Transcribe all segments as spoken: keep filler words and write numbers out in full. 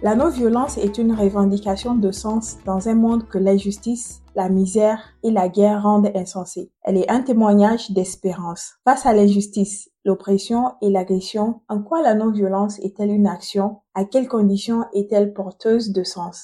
La non-violence est une revendication de sens dans un monde que l'injustice, la misère et la guerre rendent insensé. Elle est un témoignage d'espérance. Face à l'injustice, l'oppression et l'agression, en quoi la non-violence est-elle une action? À quelles conditions est-elle porteuse de sens?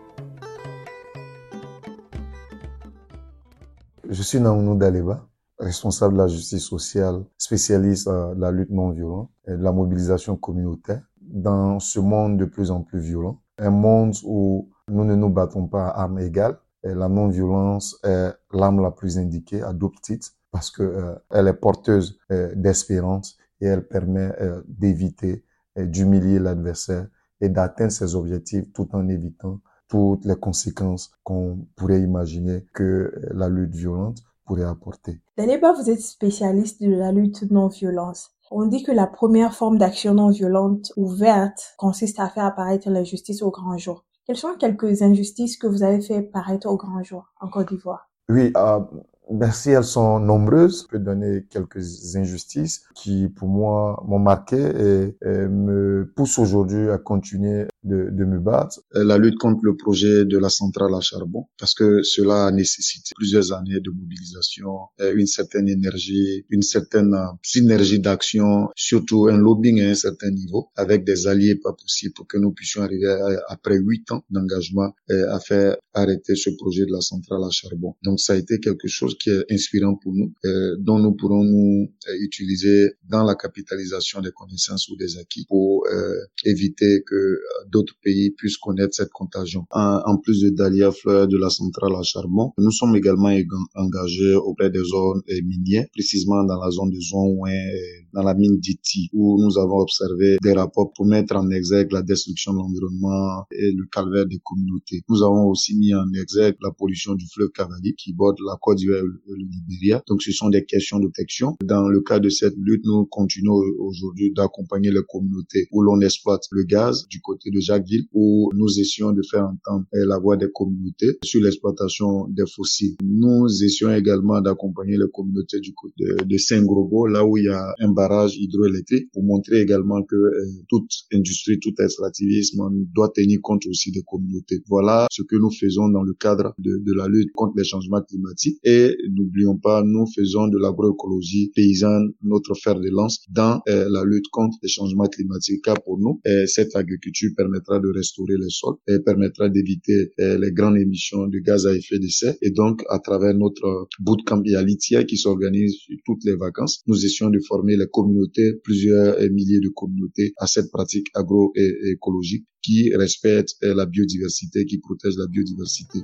Je suis Naounou Daleba, responsable de la justice sociale, spécialiste de la lutte non-violente et de la mobilisation communautaire. Dans ce monde de plus en plus violent, un monde où nous ne nous battons pas à armes égales, et la non-violence est l'arme la plus indiquée à double titre parce que euh, elle est porteuse euh, d'espérance et elle permet euh, d'éviter, euh, d'humilier l'adversaire et d'atteindre ses objectifs tout en évitant toutes les conséquences qu'on pourrait imaginer que la lutte violente pourrait apporter. Daleba, vous êtes spécialiste de la lutte non-violence. On dit que la première forme d'action non-violente ouverte consiste à faire apparaître l'injustice au grand jour. Quelles sont quelques injustices que vous avez fait paraître au grand jour en Côte d'Ivoire? Oui, euh, merci, elles sont nombreuses. Je peux donner quelques injustices qui, pour moi, m'ont marqué et, et me poussent aujourd'hui à continuer de, de me battre. La lutte contre le projet de la centrale à charbon, parce que cela a nécessité plusieurs années de mobilisation, une certaine énergie, une certaine synergie d'action, surtout un lobbying à un certain niveau, avec des alliés pas possibles pour que nous puissions arriver à, après huit ans d'engagement à faire arrêter ce projet de la centrale à charbon. Donc ça a été quelque chose qui est inspirant pour nous, euh, dont nous pourrons nous euh, utiliser dans la capitalisation des connaissances ou des acquis pour euh, éviter que euh, d'autres pays puissent connaître cette contagion. En, en plus de Dahlia Fleur de la centrale à charbon, nous sommes également engagés auprès des zones euh, minières, précisément dans la zone de Zonouin, euh, dans la mine d'Iti, où nous avons observé des rapports pour mettre en exergue la destruction de l'environnement et le calvaire des communautés. Nous avons aussi mis en exergue la pollution du fleuve Cavali qui borde la Côte d'Ivoire et le Libéria. Donc ce sont des questions de protection. Dans le cadre de cette lutte, nous continuons aujourd'hui d'accompagner les communautés où l'on exploite le gaz du côté de Jacquesville, où nous essayons de faire entendre la voix des communautés sur l'exploitation des fossiles. Nous essayons également d'accompagner les communautés du côté de, de Saint-Grobo, là où il y a un barrage hydroélectrique, pour montrer également que euh, toute industrie, tout extractivisme doit tenir compte aussi des communautés. Voilà ce que nous faisons dans le cadre de, de la lutte contre les changements climatiques. Et n'oublions pas, nous faisons de l'agroécologie paysanne notre fer de lance dans euh, la lutte contre les changements climatiques. Car pour nous, euh, cette agriculture permettra de restaurer les sols et permettra d'éviter euh, les grandes émissions de gaz à effet de serre. Et donc, à travers notre bootcamp Yalitia qui s'organise sur toutes les vacances, nous essayons de former les communautés, plusieurs euh, milliers de communautés à cette pratique agroécologique qui respecte euh, la biodiversité, qui protège la biodiversité.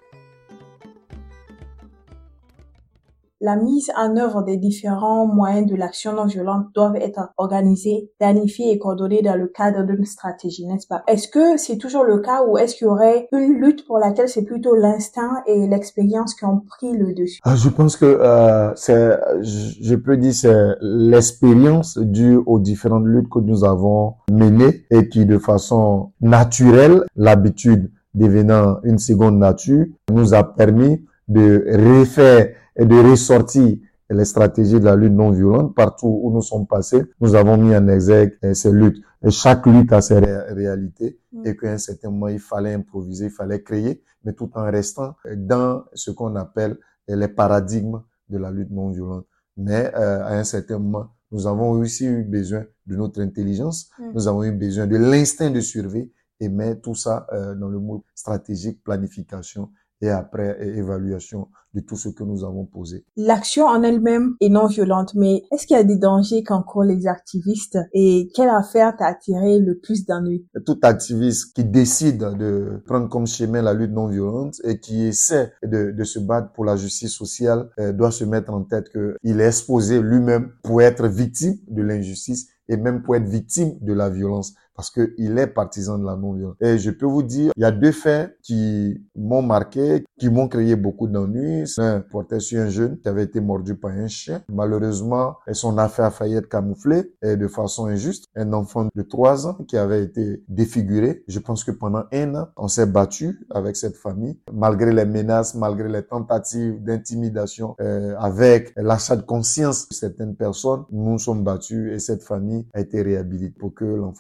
La mise en œuvre des différents moyens de l'action non violente doivent être organisés, planifiés et coordonnés dans le cadre d'une stratégie, n'est-ce pas? Est-ce que c'est toujours le cas ou est-ce qu'il y aurait une lutte pour laquelle c'est plutôt l'instinct et l'expérience qui ont pris le dessus? Ah, je pense que euh, c'est, je peux dire, c'est l'expérience due aux différentes luttes que nous avons menées et qui, de façon naturelle, l'habitude devenant une seconde nature, nous a permis de refaire et de ressortir les stratégies de la lutte non violente partout où nous sommes passés. Nous avons mis en exergue ces luttes. Et chaque lutte a ses ré réalités mmh. et qu'à un certain moment, il fallait improviser, il fallait créer, mais tout en restant dans ce qu'on appelle les paradigmes de la lutte non violente. Mais euh, à un certain moment, nous avons aussi eu besoin de notre intelligence, mmh. nous avons eu besoin de l'instinct de survie et mettre tout ça euh, dans le mode stratégique, planification et après évaluation de tout ce que nous avons posé. L'action en elle-même est non violente, mais est-ce qu'il y a des dangers qu'encourent les activistes et quelle affaire t'a attiré le plus d'ennuis? Tout activiste qui décide de prendre comme chemin la lutte non violente et qui essaie de, de se battre pour la justice sociale euh, doit se mettre en tête qu'il est exposé lui-même pour être victime de l'injustice et même pour être victime de la violence, parce que il est partisan de la non-violence. Et je peux vous dire, il y a deux faits qui m'ont marqué, qui m'ont créé beaucoup d'ennuis. Un portait sur un jeune qui avait été mordu par un chien. Malheureusement, son affaire a failli être camouflée et de façon injuste. Un enfant de trois ans qui avait été défiguré. Je pense que pendant un an, on s'est battu avec cette famille, malgré les menaces, malgré les tentatives d'intimidation, euh, avec l'achat de conscience de certaines personnes. Nous nous sommes battus et cette famille a été réhabilitée pour que l'enfant puisse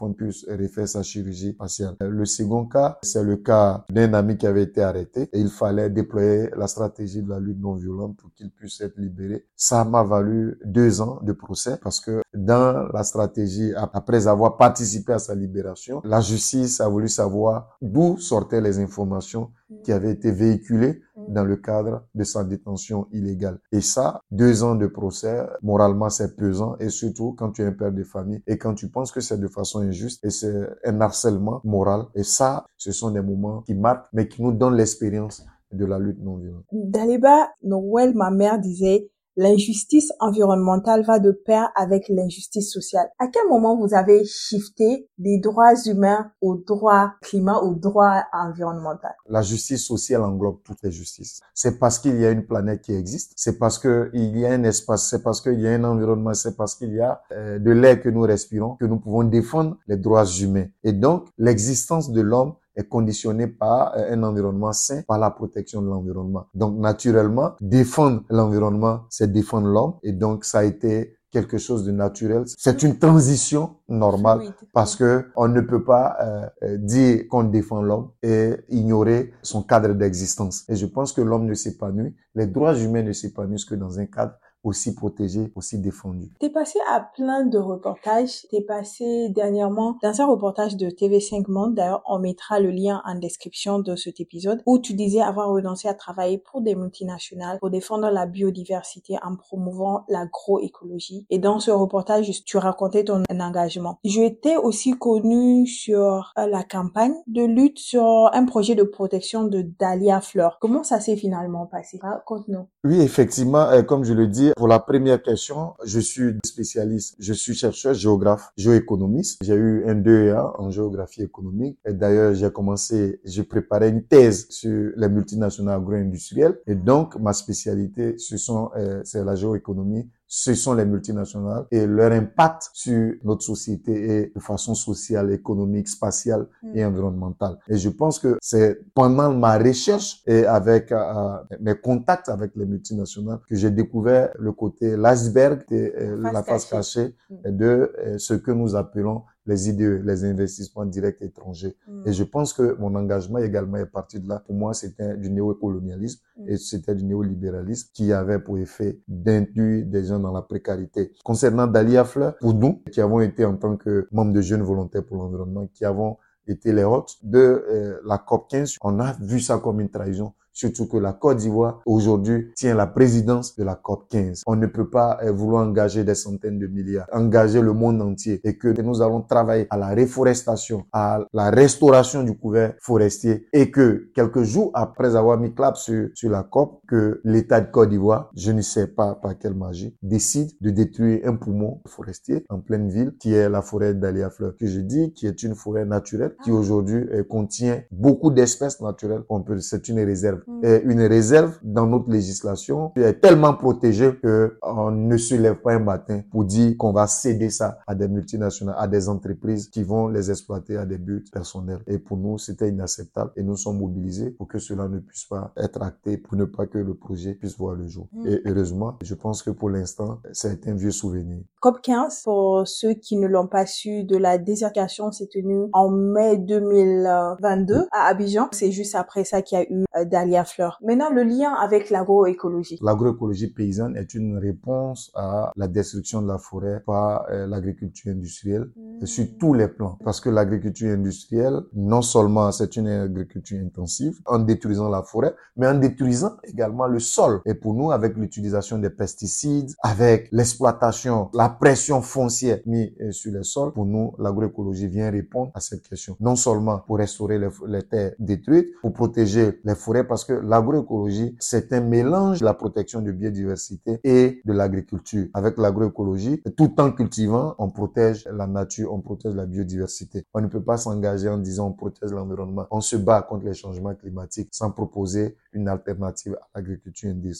refaire sa chirurgie faciale. Le second cas, c'est le cas d'un ami qui avait été arrêté et il fallait déployer la stratégie de la lutte non violente pour qu'il puisse être libéré. Ça m'a valu deux ans de procès parce que dans la stratégie, après avoir participé à sa libération, la justice a voulu savoir d'où sortaient les informations qui avaient été véhiculées dans le cadre de sa détention illégale. Et ça, deux ans de procès, moralement c'est pesant, et surtout quand tu es un père de famille et quand tu penses que c'est de façon injuste et c'est un harcèlement moral. Et ça, ce sont des moments qui marquent, mais qui nous donnent l'expérience de la lutte non violente. Daliba Noël, ma mère, disait: l'injustice environnementale va de pair avec l'injustice sociale. À quel moment vous avez shifté des droits humains au droit climat, au droit environnemental? La justice sociale englobe toutes les justices. C'est parce qu'il y a une planète qui existe, c'est parce qu'il y a un espace, c'est parce qu'il y a un environnement, c'est parce qu'il y a euh, de l'air que nous respirons que nous pouvons défendre les droits humains. Et donc, l'existence de l'homme est conditionné par un environnement sain, par la protection de l'environnement. Donc, naturellement, défendre l'environnement, c'est défendre l'homme. Et donc, ça a été quelque chose de naturel. C'est une transition normale parce que on ne peut pas euh, dire qu'on défend l'homme et ignorer son cadre d'existence. Et je pense que l'homme ne s'épanouit, les droits humains ne s'épanouissent que dans un cadre aussi protégé, aussi défendu. T'es passé à plein de reportages. T'es passé dernièrement dans un reportage de T V cinq Monde. D'ailleurs, on mettra le lien en description de cet épisode, où tu disais avoir renoncé à travailler pour des multinationales pour défendre la biodiversité en promouvant l'agroécologie. Et dans ce reportage, tu racontais ton engagement. Je t'ai aussi connu sur la campagne de lutte sur un projet de protection de dahlia fleurs. Comment ça s'est finalement passé? Raconte-nous. Oui, effectivement, comme je le dis, pour la première question, je suis spécialiste, je suis chercheur, géographe, géoéconomiste. J'ai eu un deux A en géographie économique. Et d'ailleurs, j'ai commencé, j'ai préparé une thèse sur les multinationales agro-industrielles. Et donc, ma spécialité, ce sont, euh, c'est la géoéconomie. Ce sont les multinationales et leur impact sur notre société et de façon sociale, économique, spatiale et environnementale. Et je pense que c'est pendant ma recherche et avec euh, mes contacts avec les multinationales que j'ai découvert le côté l'iceberg, euh, la face cachée de euh, ce que nous appelons les I D E, les investissements directs étrangers. Mm. Et je pense que mon engagement également est parti de là. Pour moi, c'était du néocolonialisme mm. et c'était du néolibéralisme qui avait pour effet d'inclure des gens dans la précarité. Concernant Dahlia Fleur, pour nous, qui avons été en tant que membres de Jeunes Volontaires pour l'Environnement, qui avons été les hôtes de euh, la COP quinze, on a vu ça comme une trahison. Surtout que la Côte d'Ivoire, aujourd'hui, tient la présidence de la COP quinze. On ne peut pas euh, vouloir engager des centaines de milliards, engager le monde entier et que nous allons travailler à la reforestation, à la restauration du couvert forestier et que quelques jours après avoir mis clap sur, sur la COP, que l'État de Côte d'Ivoire, je ne sais pas par quelle magie, décide de détruire un poumon forestier en pleine ville qui est la forêt de Dahlia Fleur, que je dis, qui est une forêt naturelle qui aujourd'hui euh, contient beaucoup d'espèces naturelles. On peut, c'est une réserve. Et une réserve dans notre législation qui est tellement protégée que on ne se lève pas un matin pour dire qu'on va céder ça à des multinationales, à des entreprises qui vont les exploiter à des buts personnels. Et pour nous, c'était inacceptable et nous sommes mobilisés pour que cela ne puisse pas être acté, pour ne pas que le projet puisse voir le jour. Et heureusement, je pense que pour l'instant, c'est un vieux souvenir. COP quinze, pour ceux qui ne l'ont pas su, de la désertification s'est tenue en mai deux mille vingt-deux à Abidjan. C'est juste après ça qu'il y a eu euh, Dahlia Fleur. Maintenant, le lien avec l'agroécologie. L'agroécologie paysanne est une réponse à la destruction de la forêt par euh, l'agriculture industrielle mmh. sur tous les plans. Parce que l'agriculture industrielle, non seulement c'est une agriculture intensive, en détruisant la forêt, mais en détruisant également le sol. Et pour nous, avec l'utilisation des pesticides, avec l'exploitation, la pression foncière mise sur les sols, pour nous, l'agroécologie vient répondre à cette question. Non seulement pour restaurer les, les terres détruites, pour protéger les forêts, parce que l'agroécologie, c'est un mélange de la protection de biodiversité et de l'agriculture. Avec l'agroécologie, tout en cultivant, on protège la nature, on protège la biodiversité. On ne peut pas s'engager en disant on protège l'environnement. On se bat contre les changements climatiques sans proposer une alternative à l'agriculture industrielle.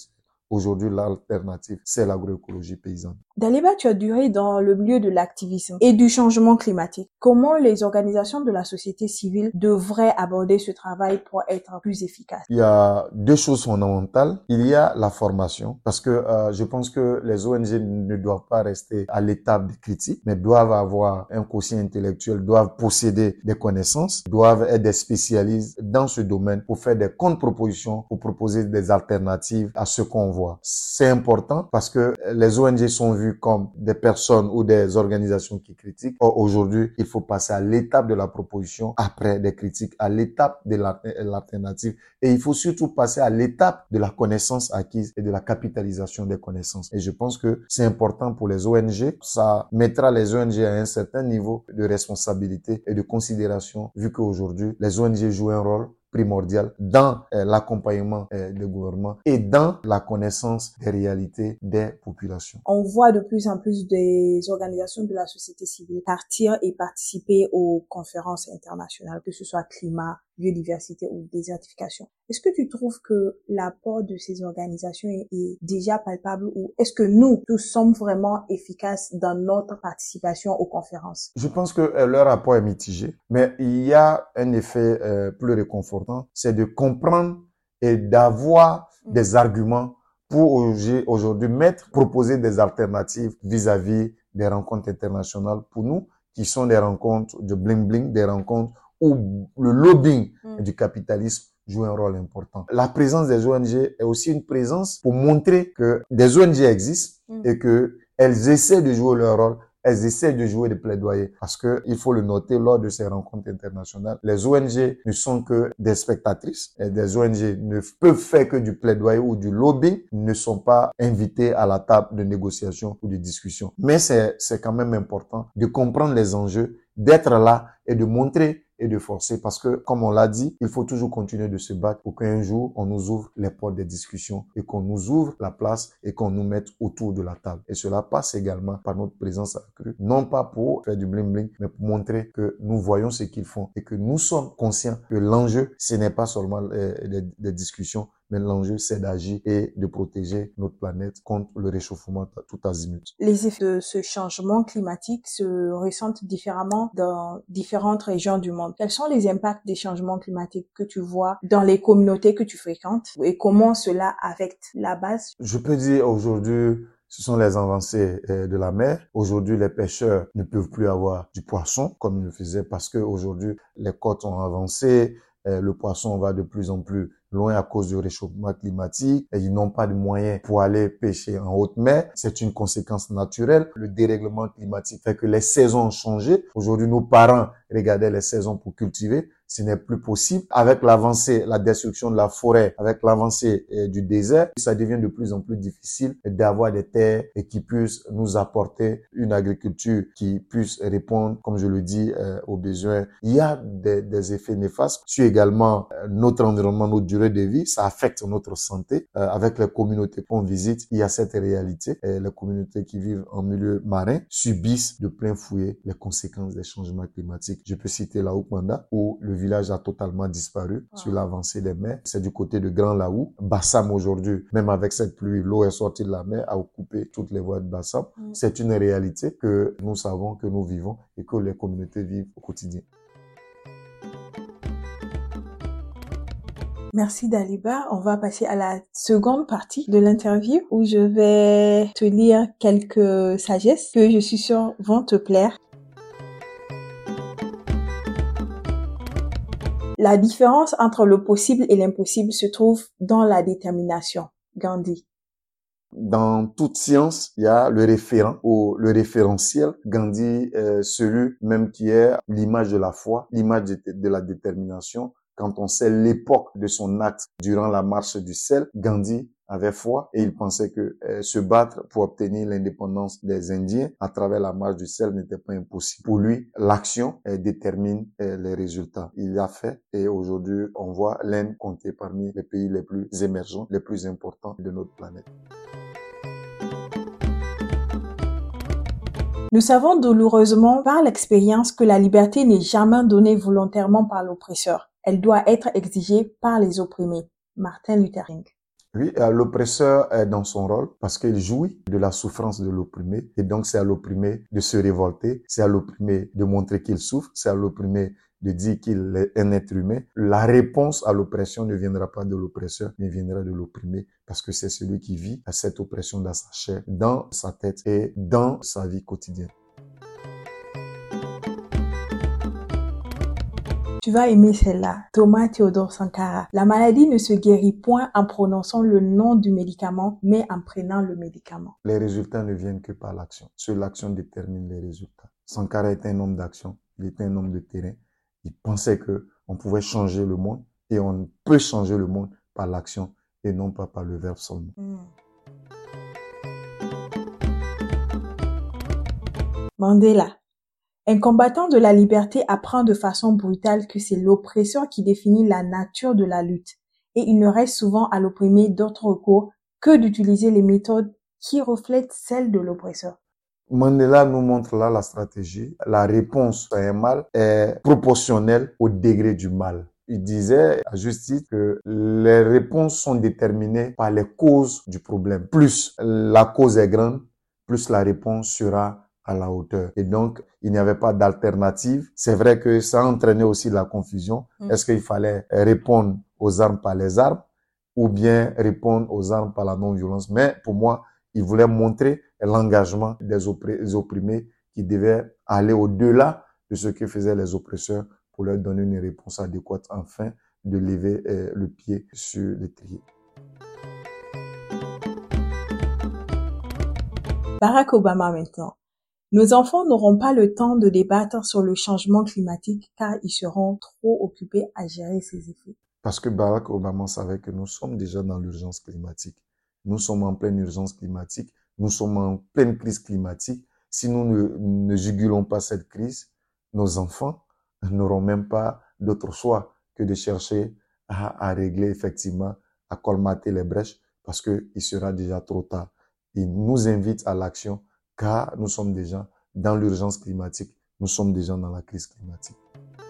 Aujourd'hui, l'alternative, c'est l'agroécologie paysanne. Daliba, tu as duré dans le milieu de l'activisme et du changement climatique. Comment les organisations de la société civile devraient aborder ce travail pour être plus efficaces? Il y a deux choses fondamentales. Il y a la formation, parce que euh, je pense que les O N G ne doivent pas rester à l'étape de critique, mais doivent avoir un quotient intellectuel, doivent posséder des connaissances, doivent être des spécialistes dans ce domaine pour faire des contre-propositions, pour proposer des alternatives à ce qu'on voit. C'est important parce que les O N G sont vus comme des personnes ou des organisations qui critiquent. Or, aujourd'hui, il faut passer à l'étape de la proposition après des critiques, à l'étape de l'alternative. Et il faut surtout passer à l'étape de la connaissance acquise et de la capitalisation des connaissances. Et je pense que c'est important pour les O N G. Ça mettra les O N G à un certain niveau de responsabilité et de considération, vu qu'aujourd'hui, les O N G jouent un rôle primordial dans euh, l'accompagnement euh, du gouvernement et dans la connaissance des réalités des populations. On voit de plus en plus des organisations de la société civile partir et participer aux conférences internationales, que ce soit climat, biodiversité ou désertification. Est-ce que tu trouves que l'apport de ces organisations est, est déjà palpable ou est-ce que nous tous sommes vraiment efficaces dans notre participation aux conférences? Je pense que euh, leur apport est mitigé, mais il y a un effet euh, plus réconfortant, c'est de comprendre et d'avoir mmh. des arguments pour aujourd'hui mettre, proposer des alternatives vis-à-vis des rencontres internationales pour nous, qui sont des rencontres de bling-bling, des rencontres où le lobbying mmh. du capitalisme joue un rôle important. La présence des O N G est aussi une présence pour montrer que des O N G existent mmh. et que elles essaient de jouer leur rôle, elles essaient de jouer des plaidoyers. Parce que il faut le noter, lors de ces rencontres internationales, les O N G ne sont que des spectatrices. Et des O N G ne peuvent faire que du plaidoyer ou du lobbying, ne sont pas invités à la table de négociation ou de discussion. Mais c'est, c'est quand même important de comprendre les enjeux, d'être là et de montrer et de forcer parce que, comme on l'a dit, il faut toujours continuer de se battre pour qu'un jour, on nous ouvre les portes des discussions et qu'on nous ouvre la place et qu'on nous mette autour de la table. Et cela passe également par notre présence accrue, non pas pour faire du bling-bling, mais pour montrer que nous voyons ce qu'ils font et que nous sommes conscients que l'enjeu, ce n'est pas seulement des, des discussions, mais l'enjeu, c'est d'agir et de protéger notre planète contre le réchauffement tout azimut. Les effets de ce changement climatique se ressentent différemment dans différentes régions du monde. Quels sont les impacts des changements climatiques que tu vois dans les communautés que tu fréquentes et comment cela affecte la base? Je peux dire aujourd'hui, ce sont les avancées de la mer. Aujourd'hui, les pêcheurs ne peuvent plus avoir du poisson comme ils le faisaient parce que aujourd'hui, les côtes ont avancé, le poisson va de plus en plus loin à cause du réchauffement climatique et ils n'ont pas de moyens pour aller pêcher en haute mer. C'est une conséquence naturelle. Le dérèglement climatique fait que les saisons ont changé. Aujourd'hui, nos parents regardaient les saisons pour cultiver. Ce n'est plus possible. Avec l'avancée, la destruction de la forêt, avec l'avancée euh, du désert, ça devient de plus en plus difficile d'avoir des terres et qui puissent nous apporter une agriculture qui puisse répondre, comme je le dis, euh, aux besoins. Il y a des, des effets néfastes sur également euh, notre environnement, notre durée de vie. Ça affecte notre santé. Euh, avec les communautés qu'on visite, il y a cette réalité. Et les communautés qui vivent en milieu marin subissent de plein fouet les conséquences des changements climatiques. Je peux citer la Oukmanda où le village a totalement disparu wow. sur l'avancée des mers. C'est du côté de Grand Laou. Bassam aujourd'hui, même avec cette pluie, l'eau est sortie de la mer, a occupé toutes les voies de Bassam. Mm. C'est une réalité que nous savons, que nous vivons et que les communautés vivent au quotidien. Merci Daliba. On va passer à la seconde partie de l'interview où je vais te lire quelques sagesses que je suis sûre vont te plaire. La différence entre le possible et l'impossible se trouve dans la détermination. Gandhi. Dans toute science, il y a le référent ou le référentiel. Gandhi est celui même qui est l'image de la foi, l'image de, de la détermination. Quand on sait l'époque de son acte durant la marche du sel, Gandhi avait foi et il pensait que euh, se battre pour obtenir l'indépendance des Indiens à travers la marche du sel n'était pas impossible. Pour lui, l'action euh, détermine euh, les résultats. Il l'a fait et aujourd'hui, on voit l'Inde compter parmi les pays les plus émergents, les plus importants de notre planète. Nous savons douloureusement par l'expérience que la liberté n'est jamais donnée volontairement par l'oppresseur. Elle doit être exigée par les opprimés. Martin Luther King. Oui, euh, l'oppresseur est dans son rôle parce qu'il jouit de la souffrance de l'opprimé. Et donc, c'est à l'opprimé de se révolter, c'est à l'opprimé de montrer qu'il souffre, c'est à l'opprimé de dire qu'il est un être humain. La réponse à l'oppression ne viendra pas de l'oppresseur, mais viendra de l'opprimé parce que c'est celui qui vit cette oppression dans sa chair, dans sa tête et dans sa vie quotidienne. Tu vas aimer celle-là. Thomas Théodore Sankara. La maladie ne se guérit point en prononçant le nom du médicament, mais en prenant le médicament. Les résultats ne viennent que par l'action. Seule l'action détermine les résultats. Sankara était un homme d'action. Il était un homme de terrain. Il pensait que on pouvait changer le monde et on peut changer le monde par l'action et non pas par le verbe seulement. Mm. Mandela. Un combattant de la liberté apprend de façon brutale que c'est l'oppresseur qui définit la nature de la lutte et il ne reste souvent à l'opprimé d'autre recours que d'utiliser les méthodes qui reflètent celles de l'oppresseur. Mandela nous montre là la stratégie. La réponse à un mal est proportionnelle au degré du mal. Il disait à juste titre que les réponses sont déterminées par les causes du problème. Plus la cause est grande, plus la réponse sera à la hauteur. Et donc, il n'y avait pas d'alternative. C'est vrai que ça entraînait aussi de la confusion. Mm. Est-ce qu'il fallait répondre aux armes par les armes ou bien répondre aux armes par la non-violence? Mais pour moi, il voulait montrer l'engagement des, oppré- des opprimés qui devaient aller au-delà de ce que faisaient les oppresseurs pour leur donner une réponse adéquate afin de lever euh, le pied sur l'étrier. Barack Obama maintenant. Nos enfants n'auront pas le temps de débattre sur le changement climatique car ils seront trop occupés à gérer ses effets. Parce que Barack Obama savait que nous sommes déjà dans l'urgence climatique. Nous sommes en pleine urgence climatique. Nous sommes en pleine crise climatique. Si nous ne, ne jugulons pas cette crise, nos enfants n'auront même pas d'autre choix que de chercher à, à régler effectivement, à colmater les brèches parce que il sera déjà trop tard. Il nous invite à l'action car nous sommes déjà dans l'urgence climatique, nous sommes déjà dans la crise climatique.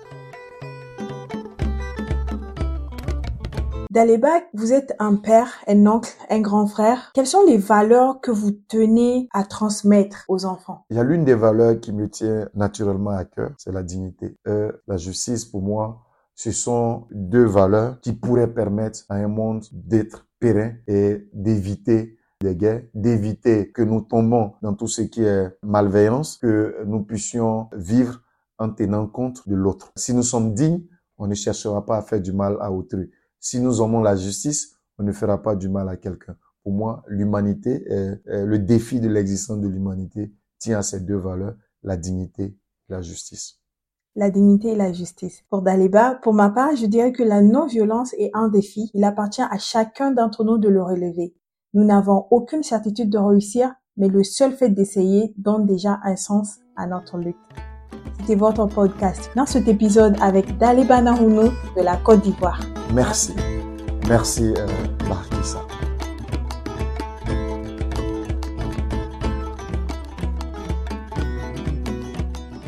Daleba, vous êtes un père, un oncle, un grand frère. Quelles sont les valeurs que vous tenez à transmettre aux enfants? Il y a l'une des valeurs qui me tient naturellement à cœur, c'est la dignité. Euh, la justice, pour moi, ce sont deux valeurs qui pourraient permettre à un monde d'être périn et d'éviter des guerres, d'éviter que nous tombons dans tout ce qui est malveillance, que nous puissions vivre en tenant compte de l'autre. Si nous sommes dignes, on ne cherchera pas à faire du mal à autrui. Si nous aimons la justice, on ne fera pas du mal à quelqu'un. Pour moi, l'humanité, est, est, le défi de l'existence de l'humanité tient à ces deux valeurs, la dignité et la justice. La dignité et la justice. Pour Daleba, pour ma part, je dirais que la non-violence est un défi. Il appartient à chacun d'entre nous de le relever. Nous n'avons aucune certitude de réussir, mais le seul fait d'essayer donne déjà un sens à notre lutte. C'était votre podcast dans cet épisode avec Daleba Nahunou de la Côte d'Ivoire. Merci. Merci, euh, Barkissa.